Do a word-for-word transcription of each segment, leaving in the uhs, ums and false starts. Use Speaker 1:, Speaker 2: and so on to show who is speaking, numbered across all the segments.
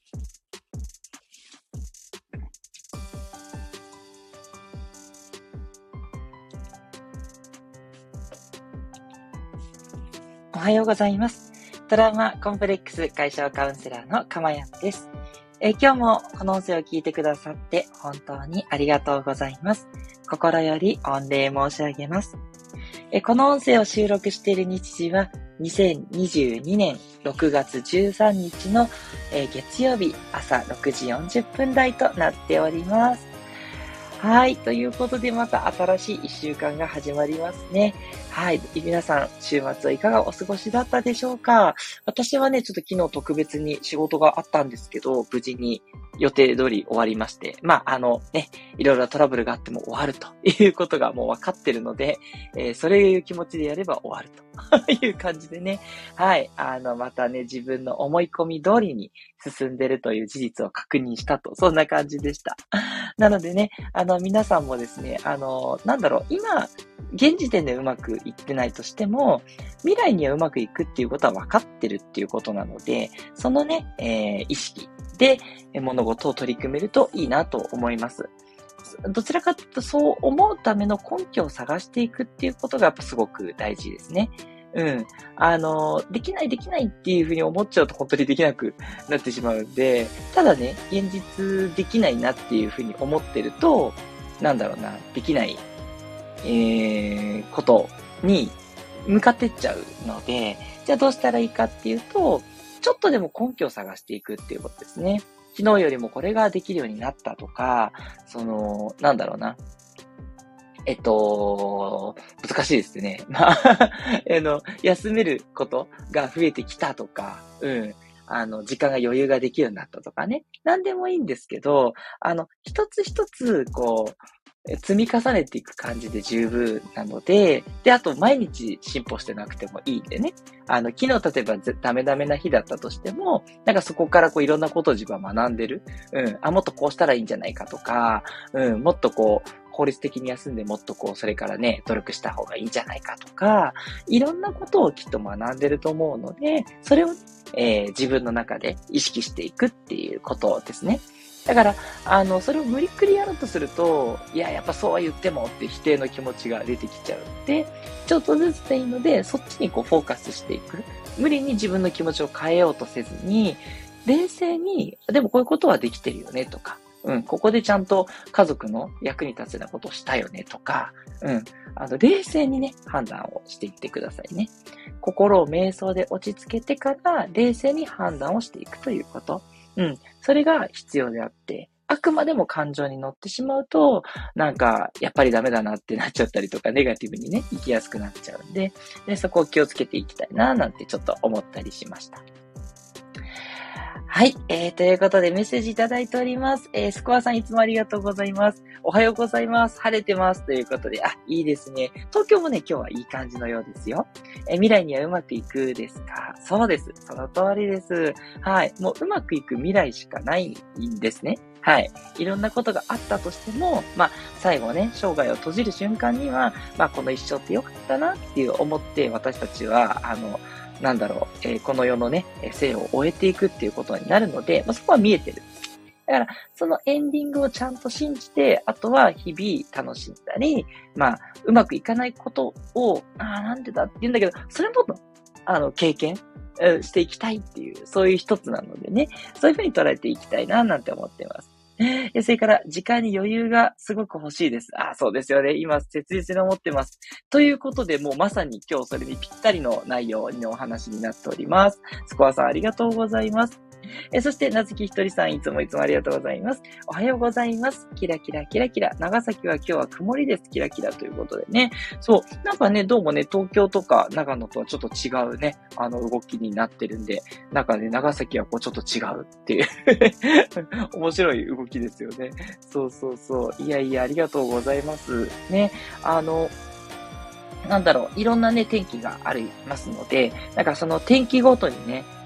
Speaker 1: おはようございます。トラウマコンプレックス解消カウンセラーのかまやんです。え今日もこの音声を聞いてくださって本当にありがとうございます。心より御礼申し上げます。えこの音声を収録している日時はにせんにじゅうにねんろくがつじゅうさんにちのえ月曜日朝ろくじよんじゅっぷん台となっております。はい。ということで、また新しい一週間が始まりますね。はい。皆さん、週末はいかがお過ごしだったでしょうか？私はね、ちょっと昨日特別に仕事があったんですけど、無事に予定通り終わりまして、まあ、あのね、いろいろトラブルがあっても終わるということがもう分かってるので、えー、そういう気持ちでやれば終わるという感じでね、はい。あの、またね、自分の思い込み通りに進んでるという事実を確認したと、そんな感じでした。なのでね、あの、皆さんもですね、あの、なんだろう、今、現時点でうまくいってないとしても、未来にはうまくいくっていうことは分かってるっていうことなので、そのね、えー、意識で物事を取り組めるといいなと思います。どちらかというと、そう思うための根拠を探していくっていうことがやっぱすごく大事ですね。うん。あの、できないできないっていうふうに思っちゃうと本当にできなくなってしまうんで、ただね、現実できないなっていうふうに思ってると、なんだろうな、できない、えー、ことに向かってっちゃうので、じゃあどうしたらいいかっていうと、ちょっとでも根拠を探していくっていうことですね。昨日よりもこれができるようになったとか、その、なんだろうな。えっと、難しいですね。まあ、あの、休めることが増えてきたとか、うん。あの、時間が余裕ができるようになったとかね。なんでもいいんですけど、あの、一つ一つ、こう、積み重ねていく感じで十分なので、で、あと毎日進歩してなくてもいいんでね。あの、昨日例えばダメダメな日だったとしても、なんかそこからこういろんなことを自分は学んでる。うん。あ、もっとこうしたらいいんじゃないかとか、うん。もっとこう、効率的に休んでもっとこう、それからね、努力した方がいいんじゃないかとか、いろんなことをきっと学んでると思うので、それを、えー、自分の中で意識していくっていうことですね。だから、あの、それを無理くりやろうとすると、いや、やっぱそうは言ってもって否定の気持ちが出てきちゃうので、ちょっとずつでいいので、そっちにこうフォーカスしていく。無理に自分の気持ちを変えようとせずに、冷静に、でもこういうことはできてるよねとか、うん、ここでちゃんと家族の役に立つようなことをしたよねとか、うん、あの、冷静にね、判断をしていってくださいね。心を瞑想で落ち着けてから、冷静に判断をしていくということ。うん、それが必要であって、あくまでも感情に乗ってしまうと、なんか、やっぱりダメだなってなっちゃったりとか、ネガティブにね、生きやすくなっちゃうんで、でそこを気をつけていきたいな、なんてちょっと思ったりしました。はい、えー。ということでメッセージいただいております。えー、スコアさんいつもありがとうございます。おはようございます。晴れてます。ということで、あ、いいですね。東京もね、今日はいい感じのようですよ。えー、未来にはうまくいくですか？そうです。その通りです。はい。もううまくいく未来しかないんですね。はい。いろんなことがあったとしても、まあ、最後ね、生涯を閉じる瞬間には、まあ、この一生ってよかったなっていう思って、私たちは、あの、なんだろう、えー、この世のね、生を終えていくっていうことになるので、まあ、そこは見えてる。だから、そのエンディングをちゃんと信じて、あとは日々楽しんだり、まあ、うまくいかないことを、ああ、なんでだって言うんだけど、それも、あの、経験していきたいっていう、そういう一つなのでね、そういうふうに捉えていきたいな、なんて思っています。それから、時間に余裕がすごく欲しいです。あ、そうですよね。今、切実に思ってます。ということで、もうまさに今日それにぴったりの内容のお話になっております。スコアさんありがとうございます。えそして、なずきひとりさんいつもいつもありがとうございます。おはようございます。キラキラキラキラ。長崎は今日は曇りです。キラキラということでね。そう。なんかね、どうもね、東京とか長野とはちょっと違うね、あの動きになってるんで、なんかね、長崎はこうちょっと違うっていう面白い動きですよね。そうそうそう。いやいや、ありがとうございます。ね。あの、なんだろう、いろんなね、天気がありますので、なんかその天気ごとにね、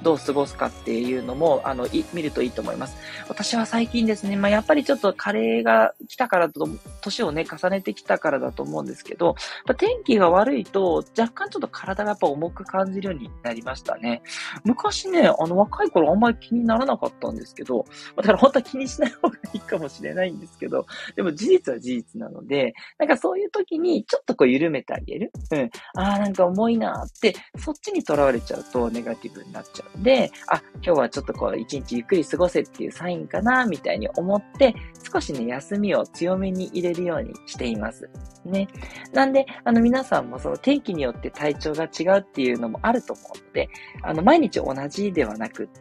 Speaker 1: どう過ごすかっていうのも、あの、い見るといいと思います。私は最近ですね、まあ、やっぱりちょっと加齢が来たからと、年をね、重ねてきたからだと思うんですけど、やっぱ天気が悪いと、若干ちょっと体がやっぱ重く感じるようになりましたね。昔ね、あの、若い頃あんまり気にならなかったんですけど、だから本当は気にしない方がいいかもしれないんですけど、でも事実は事実なので、なんかそういう時にちょっとこう緩めてあげる。うん。ああ、なんか重いなーって、そっちにとらわれちゃうとネガティブになっちゃうんで、あ、今日はちょっとこう一日ゆっくり過ごせっていうサインかな、みたいに思って、少しね、休みを強めに入れるようにしています。ね。なんで、あの皆さんもその天気によって体調が違うっていうのもあると思うので、あの毎日同じではなくって、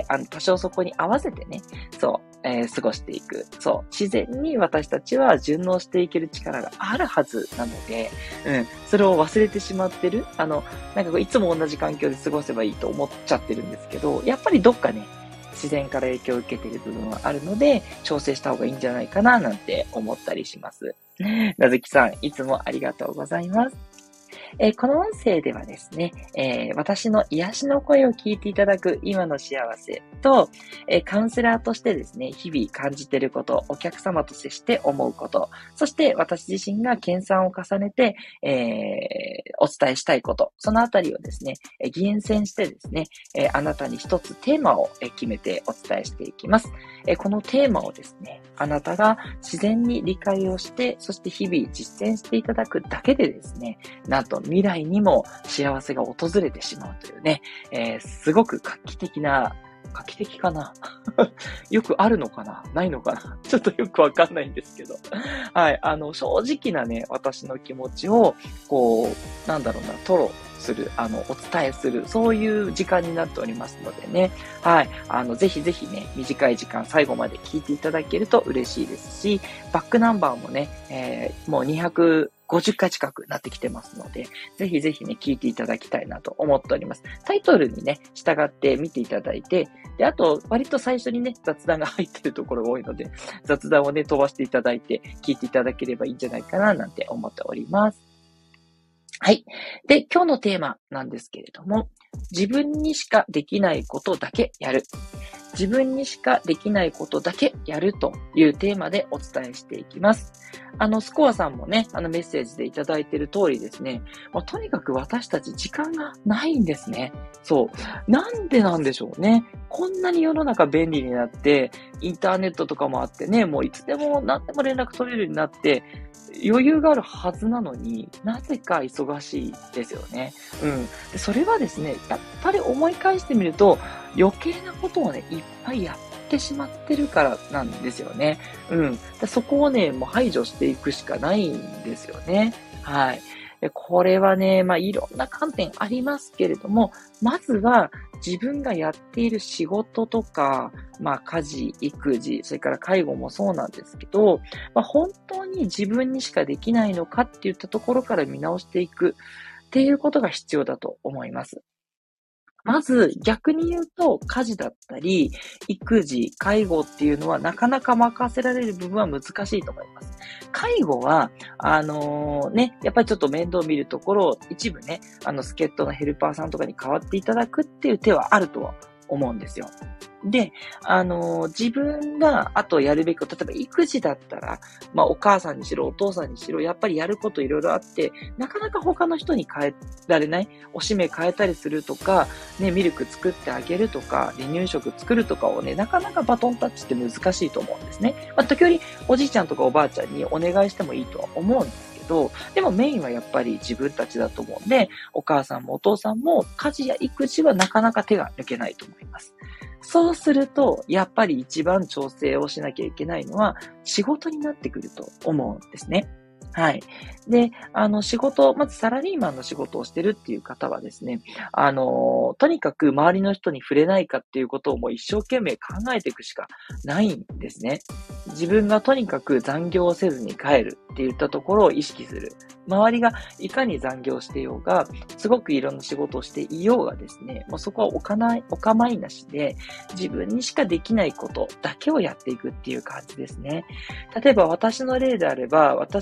Speaker 1: あの多少そこに合わせてね、そう、えー過ごしていく。そう。自然に私たちは順応していける力があるはずなので、うん。それを忘れてしまってる。あの、なんかこういつも同じ環境で過ごせばいいと思っちゃってるんですけど、やっぱりどっかね、自然から影響を受けている部分はあるので、調整した方がいいんじゃないかななんて思ったりします。なずきさん、いつもありがとうございます。えーこの音声ではですね、えー私の癒しの声を聞いていただく今の幸せと、えーカウンセラーとしてですね、日々感じていること、お客様と接して思うこと、そして私自身が研鑽を重ねて、えーお伝えしたいこと、そのあたりをですね、えー厳選してですね、えーあなたに一つテーマをえー決めてお伝えしていきます。えーこのテーマをですね、あなたが自然に理解をして、そして日々実践していただくだけでですね、なんと未来にも幸せが訪れてしまうというね、えーすごく画期的な、画期的かなよくあるのかなないのかなちょっとよくわかんないんですけど。はい。あの、正直なね、私の気持ちを、こう、なんだろうな、吐露する、あの、お伝えする、そういう時間になっておりますのでね。はい。あの、ぜひぜひね、短い時間最後まで聞いていただけると嬉しいですし、バックナンバーもね、えーもうにひゃくごじゅっかい近くなってきてますので、ぜひぜひね、聞いていただきたいなと思っております。タイトルにね、従って見ていただいて、で、あと、割と最初にね、雑談が入ってるところが多いので、雑談をね、飛ばしていただいて、聞いていただければいいんじゃないかな、なんて思っております。はい。で、今日のテーマなんですけれども、自分にしかできないことだけやる。自分にしかできないことだけやるというテーマでお伝えしていきます。あの、スコアさんもね、あのメッセージでいただいている通りですね、まあ、とにかく私たち時間がないんですね。そう。なんでなんでしょうね。こんなに世の中便利になって、インターネットとかもあってね、もういつでも何でも連絡取れるようになって、余裕があるはずなのに、なぜか忙しいですよね。うん。で、それはですね、やっぱり思い返してみると、余計なことをね、いっぱいやってしまってるからなんですよね。うん。でそこをね、もう排除していくしかないんですよね。はい。でこれはね、まあ、いろんな観点ありますけれども、まずは自分がやっている仕事とか、まあ、家事、育児、それから介護もそうなんですけど、まあ、本当に自分にしかできないのかっていったところから見直していくっていうことが必要だと思います。まず逆に言うと、家事だったり、育児、介護っていうのはなかなか任せられる部分は難しいと思います。介護は、あのね、やっぱりちょっと面倒見るところを一部ね、あの、助っ人のヘルパーさんとかに代わっていただくっていう手はあるとは思うんですよ。で、あの自分が、あとやるべきこと、例えば育児だったら、まあお母さんにしろ、お父さんにしろ、やっぱりやることいろいろあって、なかなか他の人に変えられない、おしめ変えたりするとか、ね、ミルク作ってあげるとか、離乳食作るとかをね、なかなかバトンタッチって難しいと思うんですね。まあ時折、おじいちゃんとかおばあちゃんにお願いしてもいいとは思うんですけど、でもメインはやっぱり自分たちだと思うんで、お母さんもお父さんも家事や育児はなかなか手が抜けないと思います。そうすると、やっぱり一番調整をしなきゃいけないのは仕事になってくると思うんですね。はい。で、あの、仕事、まずサラリーマンの仕事をしてるっていう方はですね、あの、とにかく周りの人に触れないかっていうことをもう一生懸命考えていくしかないんですね。自分がとにかく残業をせずに帰るっていったところを意識する。周りがいかに残業してようが、すごくいろんな仕事をしていようがですね、もうそこはおかない、お構いなしで、自分にしかできないことだけをやっていくっていう感じですね。例えば私の例であれば、私は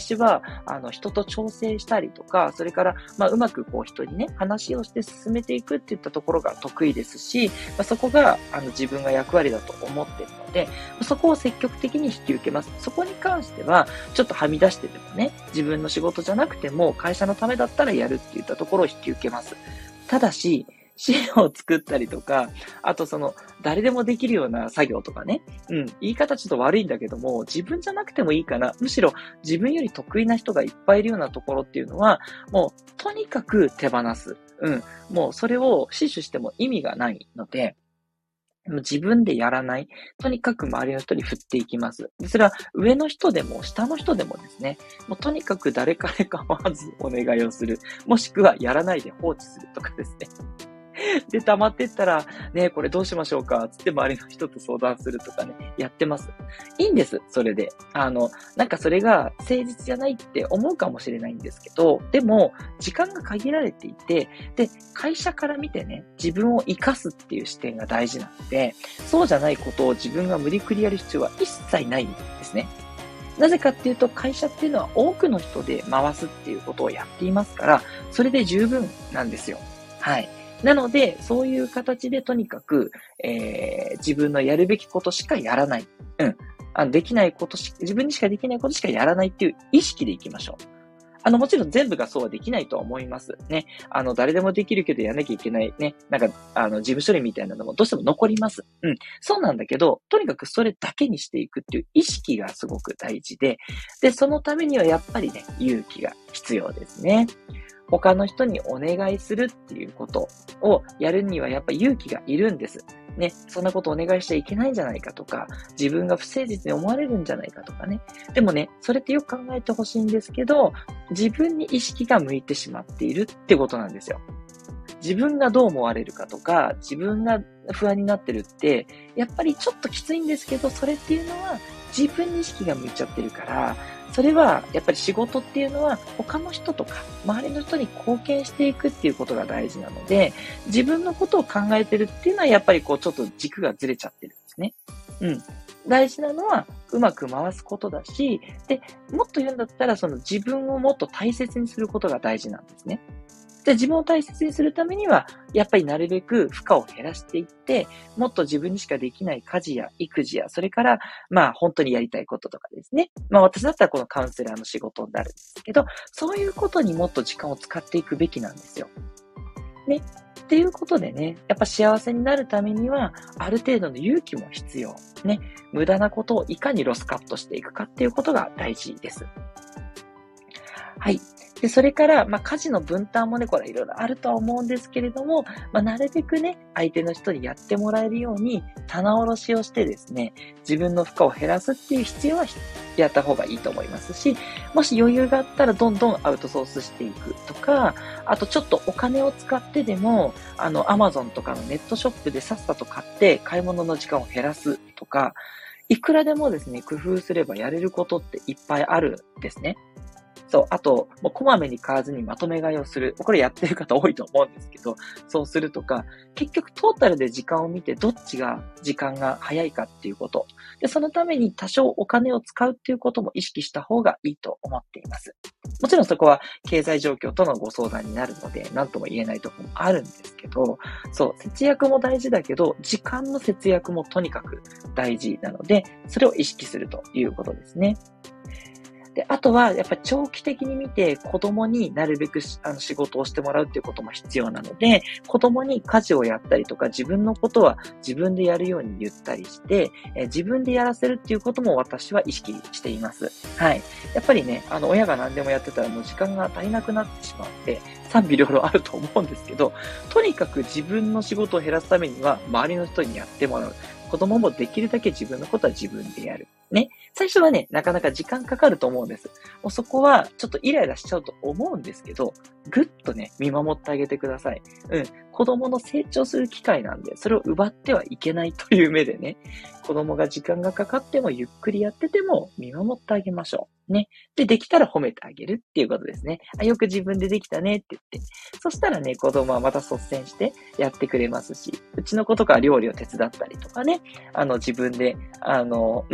Speaker 1: あの、人と調整したりとか、それから、まあ、うまくこう人にね、話をして進めていくっていったところが得意ですし、まあ、そこが、あの、自分が役割だと思っているので、そこを積極的に引き受けます。そこに関しては、ちょっとはみ出してでもね、自分の仕事じゃなくても、会社のためだったらやるっていったところを引き受けます。ただし、資料を作ったりとか、あとその、誰でもできるような作業とかね。うん。言い方ちょっと悪いんだけども、自分じゃなくてもいいかな。むしろ自分より得意な人がいっぱいいるようなところっていうのは、もう、とにかく手放す。うん。もうそれを死守しても意味がないので、もう自分でやらない。とにかく周りの人に振っていきます。でそれは上の人でも下の人でもですね、もうとにかく誰彼構わずお願いをする。もしくはやらないで放置するとかですね。で、溜まってったら、ね、これどうしましょうかつって周りの人と相談するとかね、やってます。いいんです、それで。あの、なんかそれが誠実じゃないって思うかもしれないんですけど、でも、時間が限られていて、で、会社から見てね、自分を活かすっていう視点が大事なので、そうじゃないことを自分が無理くりやる必要は一切ないんですね。なぜかっていうと、会社っていうのは多くの人で回すっていうことをやっていますから、それで十分なんですよ。はい。なので、そういう形でとにかく、えー、自分のやるべきことしかやらない。うん。あできないことし、自分にしかできないことしかやらないっていう意識でいきましょう。あの、もちろん全部がそうはできないとは思います。ね。あの、誰でもできるけどやらなきゃいけないね。なんか、あの、事務処理みたいなのもどうしても残ります。うん。そうなんだけど、とにかくそれだけにしていくっていう意識がすごく大事で、で、そのためにはやっぱりね、勇気が必要ですね。他の人にお願いするっていうことをやるにはやっぱ勇気がいるんです。ね、そんなことお願いしちゃいけないんじゃないかとか、自分が不誠実に思われるんじゃないかとかね。でもね、それってよく考えてほしいんですけど、自分に意識が向いてしまっているってことなんですよ。自分がどう思われるかとか、自分が不安になってるって、やっぱりちょっときついんですけど、それっていうのは自分に意識が向いちゃってるから、それはやっぱり仕事っていうのは他の人とか周りの人に貢献していくっていうことが大事なので、自分のことを考えてるっていうのはやっぱりこうちょっと軸がずれちゃってるんですね。うん。大事なのはうまく回すことだし、で、もっと言うんだったらその自分をもっと大切にすることが大事なんですね。で、自分を大切にするためには、やっぱりなるべく負荷を減らしていって、もっと自分にしかできない家事や育児や、それから、まあ本当にやりたいこととかですね。まあ私だったらこのカウンセラーの仕事になるんですけど、そういうことにもっと時間を使っていくべきなんですよ。ね。っていうことでね、やっぱ幸せになるためには、ある程度の勇気も必要。ね。無駄なことをいかにロスカットしていくかっていうことが大事です。はい。で、それから、まあ、家事の分担もね、これいろいろあるとは思うんですけれども、まあ、なるべくね、相手の人にやってもらえるように、棚卸しをしてですね、自分の負荷を減らすっていう必要はやった方がいいと思いますし、もし余裕があったらどんどんアウトソースしていくとか、あとちょっとお金を使ってでも、あの、アマゾンとかのネットショップでさっさと買って買い物の時間を減らすとか、いくらでもですね、工夫すればやれることっていっぱいあるんですね。そう。あと、もうこまめに買わずにまとめ買いをする。これやってる方多いと思うんですけど、そうするとか、結局トータルで時間を見てどっちが時間が早いかっていうこと。で、そのために多少お金を使うっていうことも意識した方がいいと思っています。もちろんそこは経済状況とのご相談になるので、何とも言えないところもあるんですけど、そう、節約も大事だけど、時間の節約もとにかく大事なので、それを意識するということですね。で、あとは、やっぱり長期的に見て子供になるべくあの仕事をしてもらうっていうことも必要なので、子供に家事をやったりとか、自分のことは自分でやるように言ったりして、え自分でやらせるっていうことも私は意識しています。はい。やっぱりね、あの、親が何でもやってたらもう時間が足りなくなってしまって、賛否両論あると思うんですけど、とにかく自分の仕事を減らすためには、周りの人にやってもらう。子供もできるだけ自分のことは自分でやる。ね。最初はね、なかなか時間かかると思うんです。もうそこはちょっとイライラしちゃうと思うんですけど、ぐっとね、見守ってあげてください。うん。子供の成長する機会なんで、それを奪ってはいけないという目でね、子供が時間がかかってもゆっくりやってても見守ってあげましょう。ね。で、できたら褒めてあげるっていうことですね。あ、よく自分でできたねって言って。そしたらね、子供はまた率先してやってくれますし、うちの子とかは料理を手伝ったりとかね、あの、自分で、あの、ま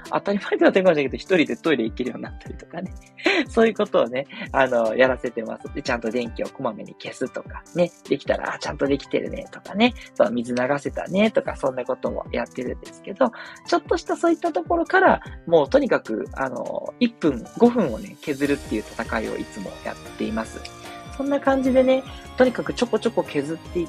Speaker 1: 当たり前ではないかもしれないけど、一人でトイレ行けるようになったりとかね。そういうことをね、あの、やらせてます。で、ちゃんと電気をこまめに消すとか、ね、できたら、あ、ちゃんとできてるね、とかね、そう、水流せたね、とか、そんなこともやってるんですけど、ちょっとしたそういったところから、もうとにかく、あの、いっぷん、ごふんをね、削るっていう戦いをいつもやっています。そんな感じでね、とにかくちょこちょこ削っていって、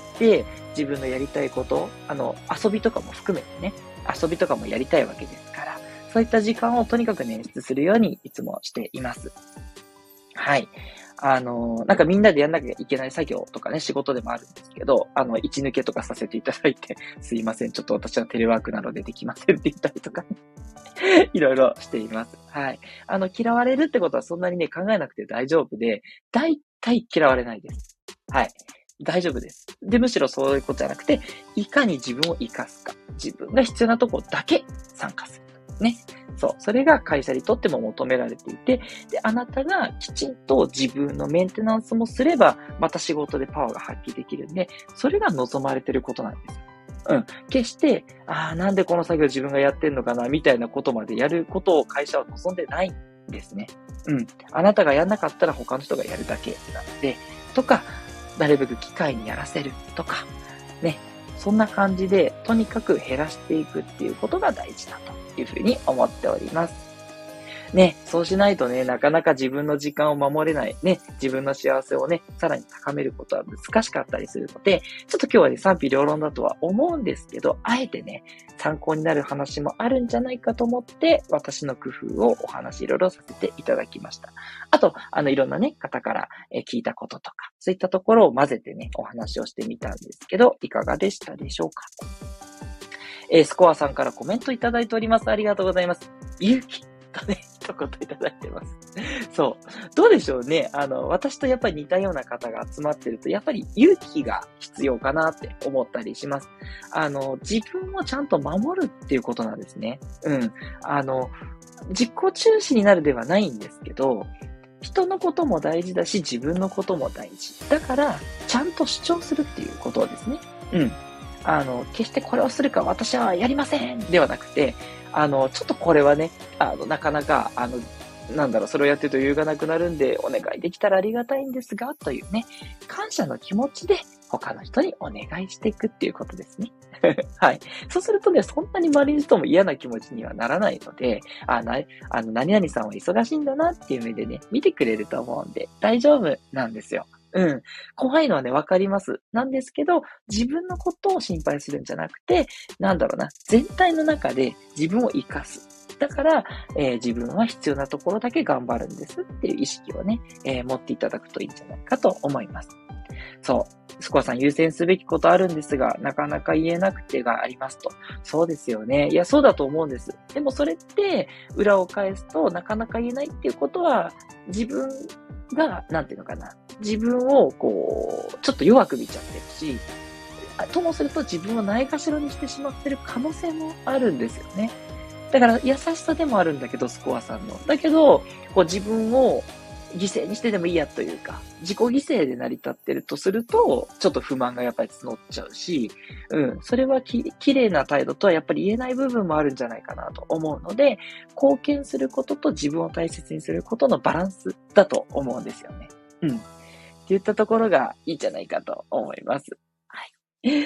Speaker 1: 自分のやりたいこと、あの、遊びとかも含めてね、遊びとかもやりたいわけですから、そういった時間をとにかく捻出するようにいつもしています。はい。あの、なんかみんなでやんなきゃいけない作業とかね、仕事でもあるんですけど、あの、一抜けとかさせていただいて、すいません、ちょっと私はテレワークなのでできませんって言ったりとかね、いろいろしています。はい。あの、嫌われるってことはそんなにね、考えなくて大丈夫で、大体嫌われないです。はい。大丈夫です。で、むしろそういうことじゃなくて、いかに自分を活かすか。自分が必要なところだけ参加する。ね。そう。それが会社にとっても求められていて、で、あなたがきちんと自分のメンテナンスもすれば、また仕事でパワーが発揮できるんで、それが望まれていることなんですよ。うん。決して、ああ、なんでこの作業自分がやってんのかな、みたいなことまでやることを会社は望んでないんですね。うん。あなたがやんなかったら他の人がやるだけなので、とか、なるべく機械にやらせるとか、ね。そんな感じで、とにかく減らしていくっていうことが大事だというふうに思っております。ね、そうしないとね、なかなか自分の時間を守れない、ね、自分の幸せをね、さらに高めることは難しかったりするので、ちょっと今日はね、賛否両論だとは思うんですけど、あえてね、参考になる話もあるんじゃないかと思って、私の工夫をお話いろいろさせていただきました。あと、あの、いろんなね、方から聞いたこととか、そういったところを混ぜてね、お話をしてみたんですけど、いかがでしたでしょうか。えー、スコアさんからコメントいただいております。ありがとうございます。勇気とね、一言いただいてます。そう。どうでしょうね。あの、私とやっぱり似たような方が集まってると、やっぱり勇気が必要かなって思ったりします。あの、自分をちゃんと守るっていうことなんですね。うん。あの、自己中心になるではないんですけど、人のことも大事だし、自分のことも大事。だから、ちゃんと主張するっていうことですね。うん。あの、決してこれをするか私はやりませんではなくて、あの、ちょっとこれはね、あの、なかなか、あの、なんだろう、それをやってると余裕がなくなるんで、お願いできたらありがたいんですが、というね、感謝の気持ちで他の人にお願いしていくっていうことですね。はい。そうするとね、そんなに周りの人も嫌な気持ちにはならないので、あ、な、あの、何々さんは忙しいんだなっていう目でね、見てくれると思うんで、大丈夫なんですよ。うん。怖いのはね、わかります。なんですけど、自分のことを心配するんじゃなくて、なんだろうな、全体の中で自分を活かす。だから、えー、自分は必要なところだけ頑張るんですっていう意識をね、えー、持っていただくといいんじゃないかと思います。そう。スコアさん優先すべきことあるんですが、なかなか言えなくてがありますと。そうですよね。いや、そうだと思うんです。でもそれって、裏を返すとなかなか言えないっていうことは、自分が、なんていうのかな。自分を、こう、ちょっと弱く見ちゃってるし、ともすると自分をないがしろにしてしまってる可能性もあるんですよね。だから優しさでもあるんだけど、スコアさんの。だけど、こう自分を犠牲にしてでもいいやというか、自己犠牲で成り立ってるとすると、ちょっと不満がやっぱり募っちゃうし、うん、それはき、綺麗な態度とはやっぱり言えない部分もあるんじゃないかなと思うので、貢献することと自分を大切にすることのバランスだと思うんですよね。うん。っていったところがいいんじゃないかと思います。はい。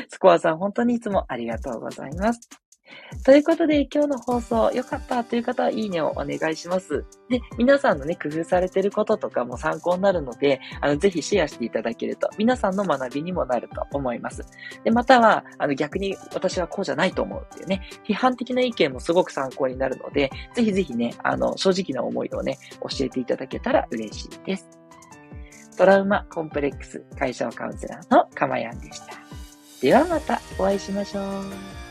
Speaker 1: スコアさん、本当にいつもありがとうございます。ということで、今日の放送良かったという方は、いいねをお願いします。で、皆さんのね、工夫されていることとかも参考になるので、あの、ぜひシェアしていただけると、皆さんの学びにもなると思います。で、または、あの、逆に私はこうじゃないと思うっていうね、批判的な意見もすごく参考になるので、ぜひぜひね、あの、正直な思いをね、教えていただけたら嬉しいです。トラウマコンプレックス解消カウンセラーのかまやんでした。ではまたお会いしましょう。